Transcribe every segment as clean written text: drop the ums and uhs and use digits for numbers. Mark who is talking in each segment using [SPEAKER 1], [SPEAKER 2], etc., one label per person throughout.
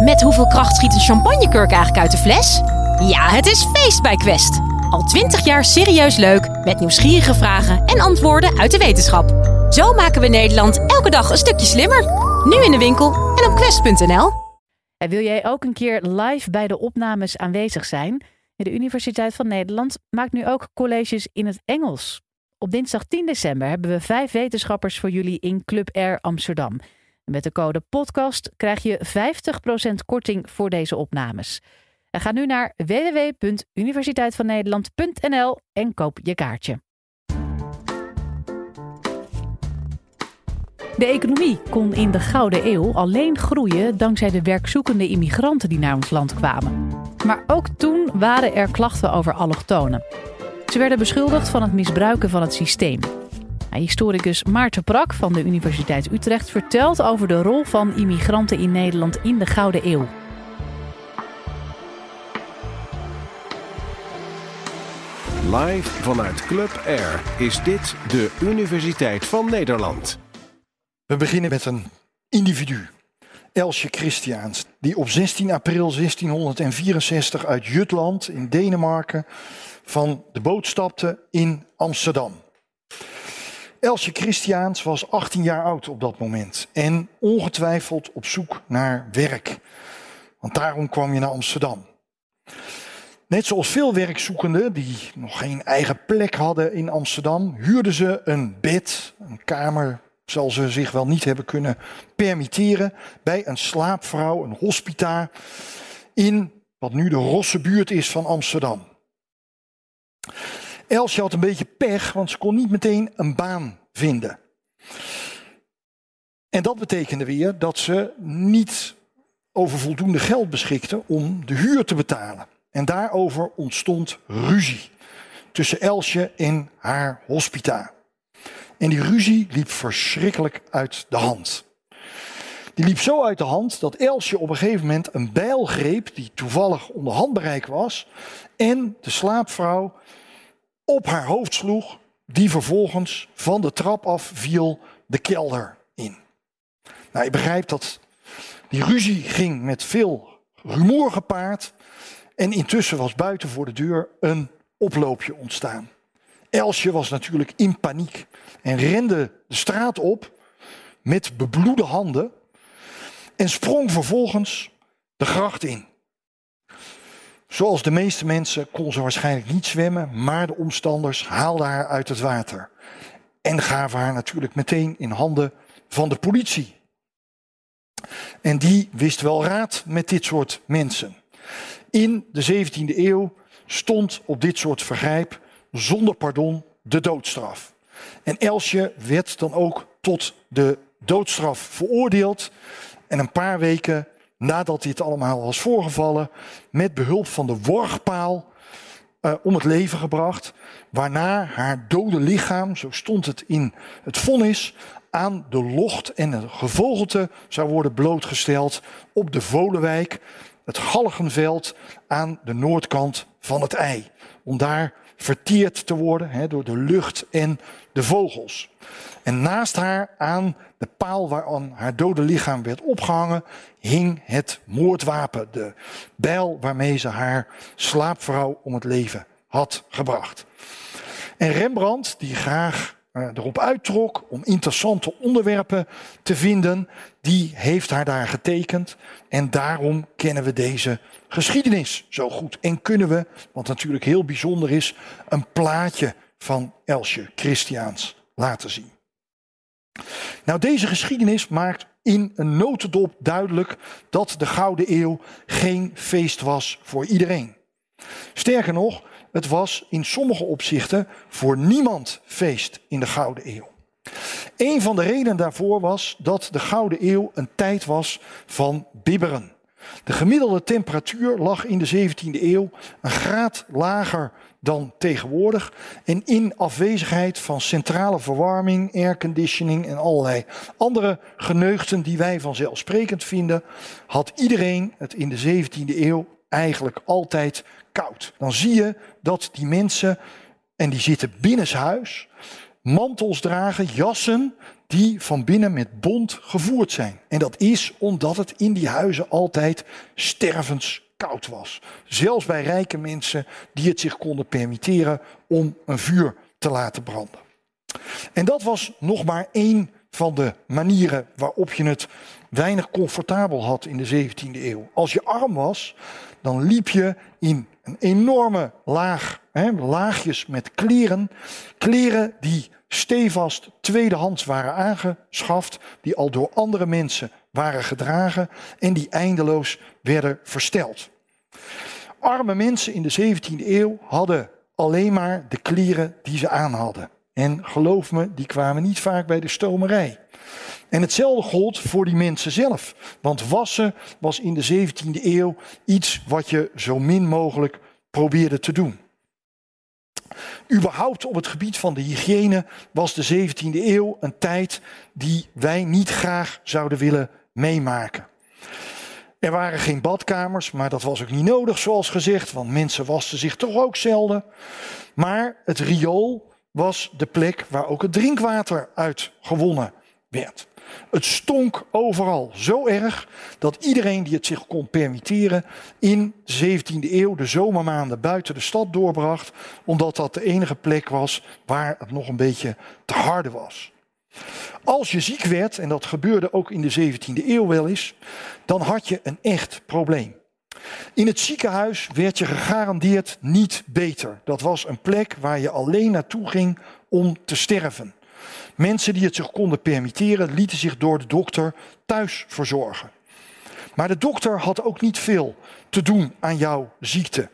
[SPEAKER 1] Met hoeveel kracht schiet een champagnekurk eigenlijk uit de fles? Ja, het is feest bij Quest. Al 20 jaar serieus leuk, met nieuwsgierige vragen en antwoorden uit de wetenschap. Zo maken we Nederland elke dag een stukje slimmer. Nu in de winkel en op quest.nl.
[SPEAKER 2] En wil jij ook een keer live bij de opnames aanwezig zijn? De Universiteit van Nederland maakt nu ook colleges in het Engels. Op dinsdag 10 december hebben we 5 wetenschappers voor jullie in Club Air Amsterdam. En met de code podcast krijg je 50% korting voor deze opnames. En ga nu naar www.universiteitvannederland.nl en koop je kaartje. De economie kon in de Gouden Eeuw alleen groeien dankzij de werkzoekende immigranten die naar ons land kwamen. Maar ook toen waren er klachten over allochtonen. Ze werden beschuldigd van het misbruiken van het systeem. Historicus Maarten Prak van de Universiteit Utrecht vertelt over de rol van immigranten in Nederland in de Gouden Eeuw.
[SPEAKER 3] Live vanuit Club Air is dit de Universiteit van Nederland.
[SPEAKER 4] We beginnen met een individu, Elsje Christiaans, die op 16 april 1664 uit Jutland in Denemarken van de boot stapte in Amsterdam. Elsje Christiaans was 18 jaar oud op dat moment en ongetwijfeld op zoek naar werk. Want daarom kwam je naar Amsterdam. Net zoals veel werkzoekenden die nog geen eigen plek hadden in Amsterdam, huurden ze een bed, een kamer, zal ze zich wel niet hebben kunnen permitteren, bij een slaapvrouw, een hospita, in wat nu de Rossebuurt is van Amsterdam. Elsje had een beetje pech, want ze kon niet meteen een baan vinden. En dat betekende weer dat ze niet over voldoende geld beschikte om de huur te betalen. En daarover ontstond ruzie tussen Elsje en haar hospita. En die ruzie liep verschrikkelijk uit de hand. Die liep zo uit de hand dat Elsje op een gegeven moment een bijl greep, die toevallig onder handbereik was, en de slaapvrouw op haar hoofd sloeg, die vervolgens van de trap af viel de kelder in. Nou, je begrijpt dat die ruzie ging met veel rumoer gepaard en intussen was buiten voor de deur een oploopje ontstaan. Elsje was natuurlijk in paniek en rende de straat op met bebloede handen en sprong vervolgens de gracht in. Zoals de meeste mensen kon ze waarschijnlijk niet zwemmen, maar de omstanders haalden haar uit het water. En gaven haar natuurlijk meteen in handen van de politie. En die wist wel raad met dit soort mensen. In de 17e eeuw stond op dit soort vergrijp zonder pardon de doodstraf. En Elsje werd dan ook tot de doodstraf veroordeeld. En een paar weken nadat dit allemaal was voorgevallen, met behulp van de worgpaal om het leven gebracht. Waarna haar dode lichaam, zo stond het in het vonnis, aan de locht en het gevogelte zou worden blootgesteld op de Volenwijk, het Galgenveld aan de noordkant van het IJ. Om daar verteerd te worden door de lucht en de vogels. En naast haar aan de paal waaraan haar dode lichaam werd opgehangen, hing het moordwapen, de bijl waarmee ze haar slaapvrouw om het leven had gebracht. En Rembrandt, die graag erop uittrok om interessante onderwerpen te vinden, die heeft haar daar getekend. En daarom kennen we deze geschiedenis zo goed. En kunnen we, wat natuurlijk heel bijzonder is, een plaatje van Elsje Christiaans laten zien. Nou, deze geschiedenis maakt in een notendop duidelijk dat de Gouden Eeuw geen feest was voor iedereen. Sterker nog, het was in sommige opzichten voor niemand feest in de Gouden Eeuw. Een van de redenen daarvoor was dat de Gouden Eeuw een tijd was van bibberen. De gemiddelde temperatuur lag in de 17e eeuw een graad lager dan tegenwoordig. En in afwezigheid van centrale verwarming, airconditioning en allerlei andere geneugten die wij vanzelfsprekend vinden, had iedereen het in de 17e eeuw eigenlijk altijd koud. Dan zie je dat die mensen, en die zitten binnenshuis, mantels dragen, jassen die van binnen met bont gevoerd zijn. En dat is omdat het in die huizen altijd stervenskoud was. Zelfs bij rijke mensen die het zich konden permitteren om een vuur te laten branden. En dat was nog maar één van de manieren waarop je het weinig comfortabel had in de 17e eeuw. Als je arm was, dan liep je in een enorme laag, laagjes met kleren. Kleren die stevast tweedehands waren aangeschaft, die al door andere mensen waren gedragen en die eindeloos werden versteld. Arme mensen in de 17e eeuw hadden alleen maar de kleren die ze aan hadden. En geloof me, die kwamen niet vaak bij de stomerij. En hetzelfde gold voor die mensen zelf. Want wassen was in de 17e eeuw iets wat je zo min mogelijk probeerde te doen. Überhaupt op het gebied van de hygiëne was de 17e eeuw een tijd die wij niet graag zouden willen meemaken. Er waren geen badkamers, maar dat was ook niet nodig zoals gezegd, want mensen wasten zich toch ook zelden. Maar het riool was de plek waar ook het drinkwater uit gewonnen werd. Het stonk overal zo erg dat iedereen die het zich kon permitteren in de 17e eeuw de zomermaanden buiten de stad doorbracht, omdat dat de enige plek was waar het nog een beetje te harde was. Als je ziek werd, en dat gebeurde ook in de 17e eeuw wel eens, dan had je een echt probleem. In het ziekenhuis werd je gegarandeerd niet beter. Dat was een plek waar je alleen naartoe ging om te sterven. Mensen die het zich konden permitteren lieten zich door de dokter thuis verzorgen. Maar de dokter had ook niet veel te doen aan jouw ziekte.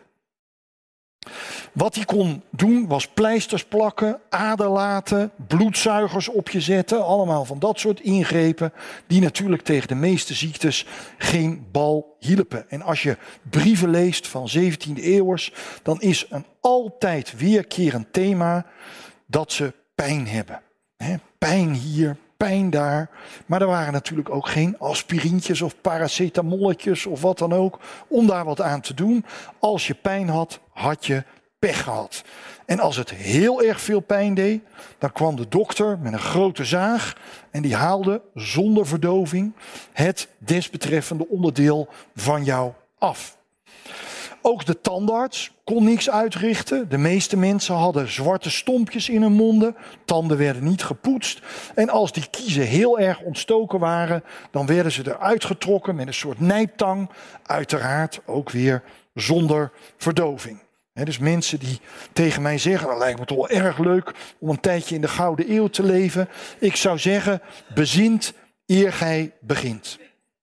[SPEAKER 4] Wat hij kon doen was pleisters plakken, aderlaten, bloedzuigers op je zetten. Allemaal van dat soort ingrepen die natuurlijk tegen de meeste ziektes geen bal hielpen. En als je brieven leest van 17e eeuwers, dan is een altijd weerkerend thema dat ze pijn hebben. Pijn hier, pijn daar. Maar er waren natuurlijk ook geen aspirintjes of paracetamolletjes of wat dan ook om daar wat aan te doen. Als je pijn had, had je pech gehad. En als het heel erg veel pijn deed, dan kwam de dokter met een grote zaag en die haalde zonder verdoving het desbetreffende onderdeel van jou af. Ook de tandarts kon niks uitrichten. De meeste mensen hadden zwarte stompjes in hun monden. Tanden werden niet gepoetst. En als die kiezen heel erg ontstoken waren, dan werden ze eruit getrokken met een soort nijptang. Uiteraard ook weer zonder verdoving. Dus mensen die tegen mij zeggen, dat lijkt me toch wel erg leuk om een tijdje in de Gouden Eeuw te leven. Ik zou zeggen, bezint eer gij begint.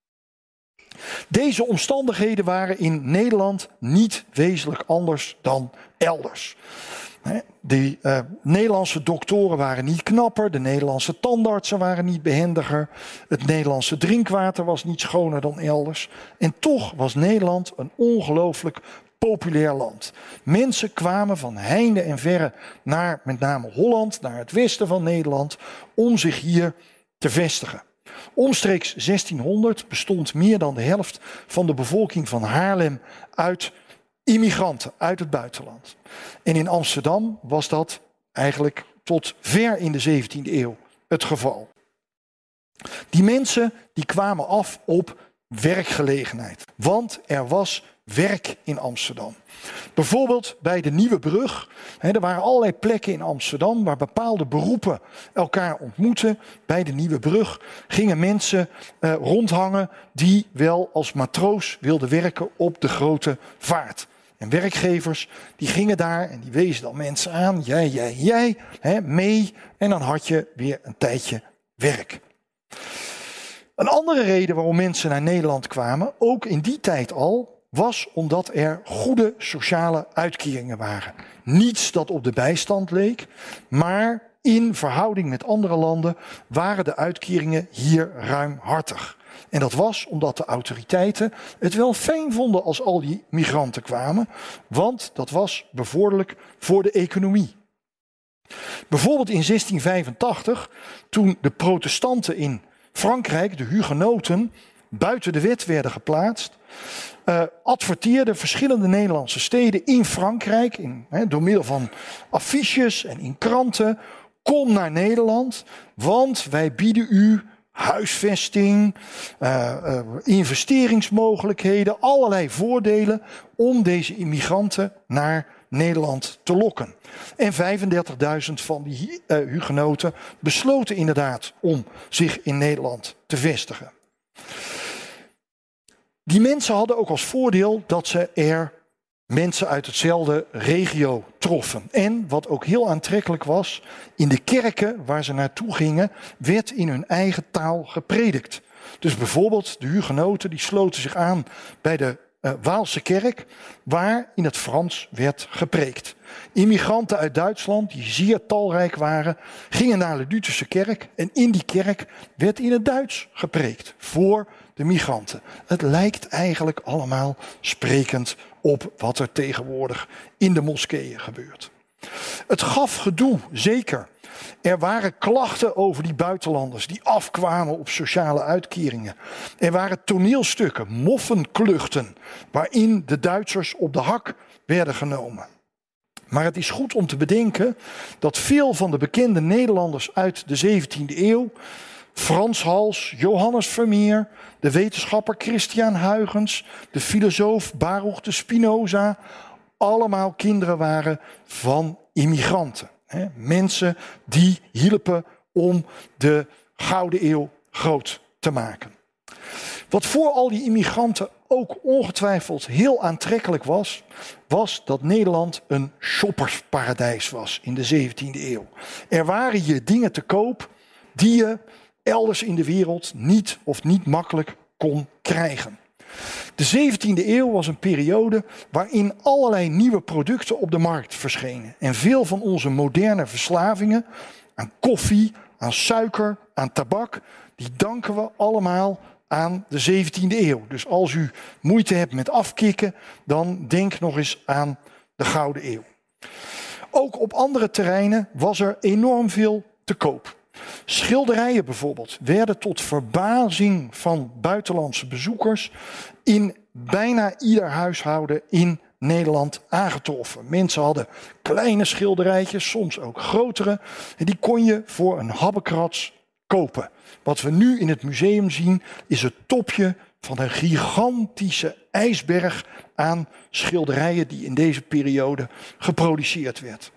[SPEAKER 4] Deze omstandigheden waren in Nederland niet wezenlijk anders dan elders. De Nederlandse doktoren waren niet knapper, de Nederlandse tandartsen waren niet behendiger, het Nederlandse drinkwater was niet schoner dan elders. En toch was Nederland een ongelooflijk populair land. Mensen kwamen van heinde en verre naar met name Holland, naar het westen van Nederland, om zich hier te vestigen. Omstreeks 1600 bestond meer dan de helft van de bevolking van Haarlem uit immigranten uit het buitenland. En in Amsterdam was dat eigenlijk tot ver in de 17e eeuw het geval. Die mensen die kwamen af op werkgelegenheid, want er was werk in Amsterdam. Bijvoorbeeld bij de Nieuwe Brug. Er waren allerlei plekken in Amsterdam waar bepaalde beroepen elkaar ontmoeten. Bij de Nieuwe Brug gingen mensen rondhangen die wel als matroos wilden werken op de grote vaart. En werkgevers die gingen daar en die wezen dan mensen aan. Jij, mee. En dan had je weer een tijdje werk. Een andere reden waarom mensen naar Nederland kwamen, ook in die tijd al, was omdat er goede sociale uitkeringen waren. Niets dat op de bijstand leek, maar in verhouding met andere landen waren de uitkeringen hier ruimhartig. En dat was omdat de autoriteiten het wel fijn vonden als al die migranten kwamen, want dat was bevorderlijk voor de economie. Bijvoorbeeld in 1685, toen de protestanten in Frankrijk, de hugenoten, buiten de wet werden geplaatst, adverteerden verschillende Nederlandse steden in Frankrijk, door middel van affiches en in kranten, kom naar Nederland, want wij bieden u huisvesting, investeringsmogelijkheden, allerlei voordelen om deze immigranten naar Nederland te lokken. En 35.000 van die hugenoten besloten inderdaad om zich in Nederland te vestigen. Die mensen hadden ook als voordeel dat ze er mensen uit hetzelfde regio troffen. En wat ook heel aantrekkelijk was, in de kerken waar ze naartoe gingen, werd in hun eigen taal gepredikt. Dus bijvoorbeeld de hugenoten die sloten zich aan bij de Waalse kerk, waar in het Frans werd gepreekt. Immigranten uit Duitsland, die zeer talrijk waren, gingen naar de Lutherse kerk en in die kerk werd in het Duits gepreekt voor de migranten. Het lijkt eigenlijk allemaal sprekend op wat er tegenwoordig in de moskeeën gebeurt. Het gaf gedoe, zeker. Er waren klachten over die buitenlanders die afkwamen op sociale uitkeringen. Er waren toneelstukken, moffenkluchten, waarin de Duitsers op de hak werden genomen. Maar het is goed om te bedenken dat veel van de bekende Nederlanders uit de 17e eeuw, Frans Hals, Johannes Vermeer, de wetenschapper Christian Huygens, de filosoof Baruch de Spinoza, allemaal kinderen waren van immigranten. Mensen die hielpen om de Gouden Eeuw groot te maken. Wat voor al die immigranten ook ongetwijfeld heel aantrekkelijk was, was dat Nederland een shoppersparadijs was in de 17e eeuw. Er waren hier dingen te koop die je elders in de wereld niet of niet makkelijk kon krijgen. De 17e eeuw was een periode waarin allerlei nieuwe producten op de markt verschenen. En veel van onze moderne verslavingen aan koffie, aan suiker, aan tabak, die danken we allemaal aan de 17e eeuw. Dus als u moeite hebt met afkicken, dan denk nog eens aan de Gouden Eeuw. Ook op andere terreinen was er enorm veel te koop. Schilderijen bijvoorbeeld werden tot verbazing van buitenlandse bezoekers in bijna ieder huishouden in Nederland aangetroffen. Mensen hadden kleine schilderijtjes, soms ook grotere. En die kon je voor een habbekrats kopen. Wat we nu in het museum zien is het topje van een gigantische ijsberg aan schilderijen die in deze periode geproduceerd werd.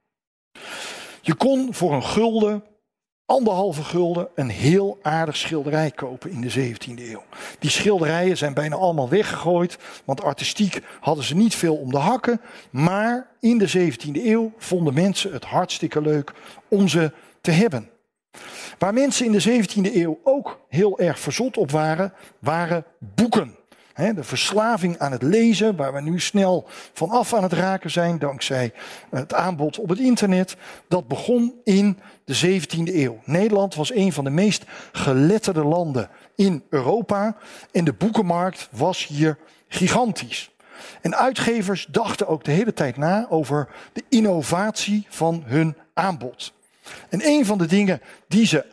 [SPEAKER 4] Je kon voor een gulden, 1,5 gulden, een heel aardig schilderij kopen in de 17e eeuw. Die schilderijen zijn bijna allemaal weggegooid, want artistiek hadden ze niet veel om de hakken. Maar in de 17e eeuw vonden mensen het hartstikke leuk om ze te hebben. Waar mensen in de 17e eeuw ook heel erg verzot op waren, waren boeken. De verslaving aan het lezen, waar we nu snel van af aan het raken zijn dankzij het aanbod op het internet, dat begon in de 17e eeuw. Nederland was een van de meest geletterde landen in Europa en de boekenmarkt was hier gigantisch. En uitgevers dachten ook de hele tijd na over de innovatie van hun aanbod. En een van de dingen die ze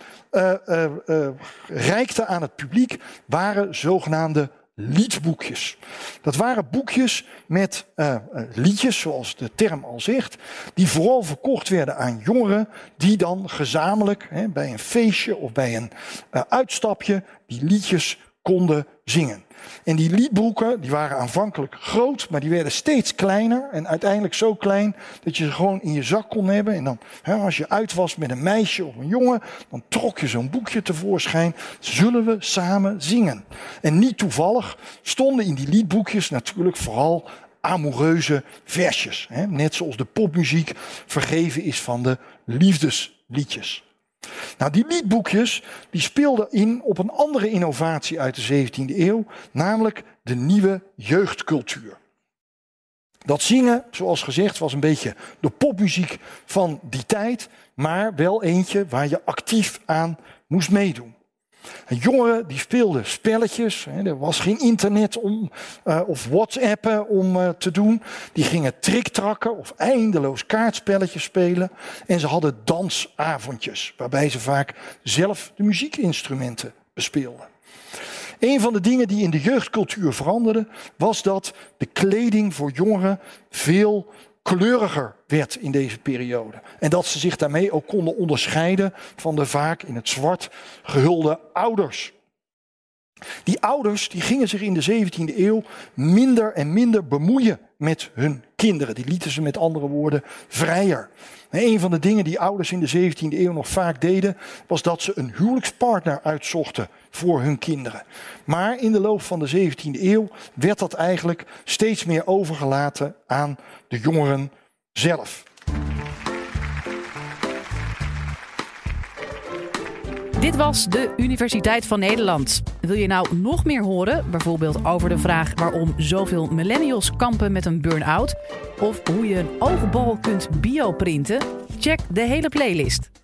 [SPEAKER 4] reikten aan het publiek waren zogenaamde liedboekjes. Dat waren boekjes met liedjes, zoals de term al zegt, die vooral verkocht werden aan jongeren die dan gezamenlijk bij een feestje of bij een uitstapje die liedjes konden zingen. En die liedboeken die waren aanvankelijk groot, maar die werden steeds kleiner en uiteindelijk zo klein dat je ze gewoon in je zak kon hebben. En dan, als je uit was met een meisje of een jongen, dan trok je zo'n boekje tevoorschijn. Zullen we samen zingen? En niet toevallig stonden in die liedboekjes natuurlijk vooral amoureuze versjes. Net zoals de popmuziek vergeven is van de liefdesliedjes. Nou, die liedboekjes die speelden in op een andere innovatie uit de 17e eeuw, namelijk de nieuwe jeugdcultuur. Dat zingen, zoals gezegd, was een beetje de popmuziek van die tijd, maar wel eentje waar je actief aan moest meedoen. En jongeren die speelden spelletjes, er was geen internet of WhatsAppen om te doen. Die gingen tricktrakken of eindeloos kaartspelletjes spelen. En ze hadden dansavondjes, waarbij ze vaak zelf de muziekinstrumenten bespeelden. Een van de dingen die in de jeugdcultuur veranderde, was dat de kleding voor jongeren veel kleuriger werd in deze periode. En dat ze zich daarmee ook konden onderscheiden van de vaak in het zwart gehulde ouders. Die ouders die gingen zich in de 17e eeuw minder en minder bemoeien met hun kinderen. Die lieten ze met andere woorden vrijer. En een van de dingen die ouders in de 17e eeuw nog vaak deden, was dat ze een huwelijkspartner uitzochten voor hun kinderen. Maar in de loop van de 17e eeuw werd dat eigenlijk steeds meer overgelaten aan de jongeren zelf.
[SPEAKER 2] Dit was de Universiteit van Nederland. Wil je nou nog meer horen? Bijvoorbeeld over de vraag waarom zoveel millennials kampen met een burn-out? Of hoe je een oogbal kunt bioprinten? Check de hele playlist.